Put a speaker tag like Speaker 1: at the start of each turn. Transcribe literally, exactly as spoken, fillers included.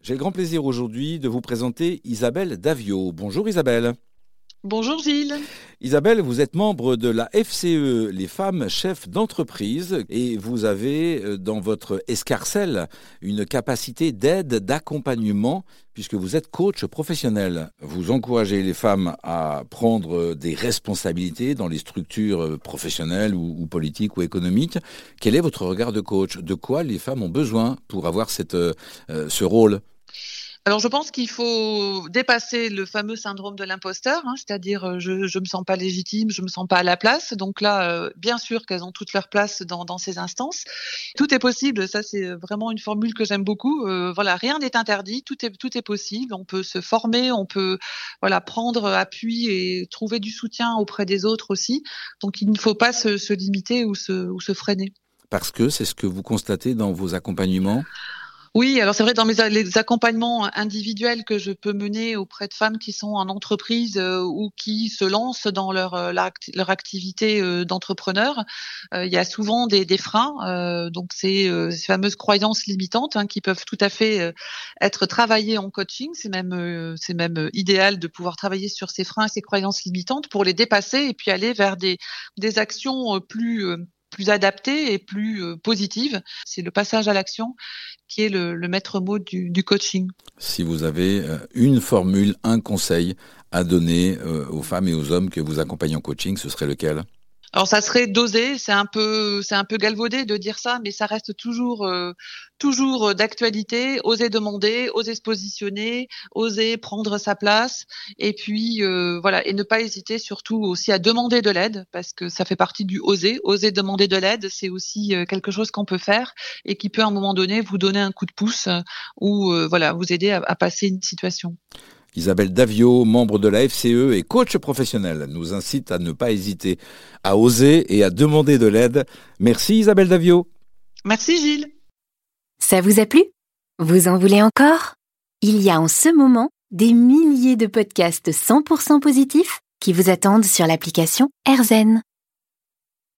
Speaker 1: J'ai le grand plaisir aujourd'hui de vous présenter Isabelle Davio. Bonjour Isabelle.
Speaker 2: Bonjour Gilles.
Speaker 1: Isabelle, vous êtes membre de la F C E, les femmes chefs d'entreprise, et vous avez dans votre escarcelle une capacité d'aide, d'accompagnement, puisque vous êtes coach professionnel. Vous encouragez les femmes à prendre des responsabilités dans les structures professionnelles ou, ou politiques ou économiques. Quel est votre regard de coach? De quoi les femmes ont besoin pour avoir cette, euh, ce rôle?
Speaker 2: Alors je pense qu'il faut dépasser le fameux syndrome de l'imposteur, hein, c'est-à-dire je je me sens pas légitime, je me sens pas à la place. Donc là, euh, bien sûr qu'elles ont toute leur place dans dans ces instances. Tout est possible, ça c'est vraiment une formule que j'aime beaucoup. Euh, voilà, rien n'est interdit, tout est tout est possible. On peut se former, on peut voilà prendre appui et trouver du soutien auprès des autres aussi. Donc il ne faut pas se, se limiter ou se ou se freiner.
Speaker 1: Parce que c'est ce que vous constatez dans vos accompagnements?
Speaker 2: Oui, alors c'est vrai dans mes les accompagnements individuels que je peux mener auprès de femmes qui sont en entreprise euh, ou qui se lancent dans leur euh, leur, acti- leur activité euh, d'entrepreneur, euh, il y a souvent des, des freins. Euh, donc c'est euh, ces fameuses croyances limitantes hein, qui peuvent tout à fait euh, être travaillées en coaching. C'est même euh, c'est même euh, idéal de pouvoir travailler sur ces freins, ces croyances limitantes pour les dépasser et puis aller vers des des actions euh, plus euh, plus adaptées et plus euh, positives. C'est le passage à l'action qui est le, le maître mot du, du coaching.
Speaker 1: Si vous avez une formule, un conseil à donner aux femmes et aux hommes que vous accompagnez en coaching, ce serait lequel ?
Speaker 2: Alors ça serait d'oser, c'est un peu c'est un peu galvaudé de dire ça, mais ça reste toujours euh, toujours d'actualité. Oser demander, oser se positionner, oser prendre sa place, et puis euh, voilà, et ne pas hésiter surtout aussi à demander de l'aide parce que ça fait partie du oser. Oser demander de l'aide, c'est aussi quelque chose qu'on peut faire et qui peut à un moment donné vous donner un coup de pouce ou euh, voilà vous aider à, à passer une situation.
Speaker 1: Isabelle Davio, membre de la F C E et coach professionnel, nous incite à ne pas hésiter, à oser et à demander de l'aide. Merci Isabelle Davio.
Speaker 2: Merci Gilles.
Speaker 3: Ça vous a plu ? Vous en voulez encore ? Il y a en ce moment des milliers de podcasts cent pour cent positifs qui vous attendent sur l'application AirZen.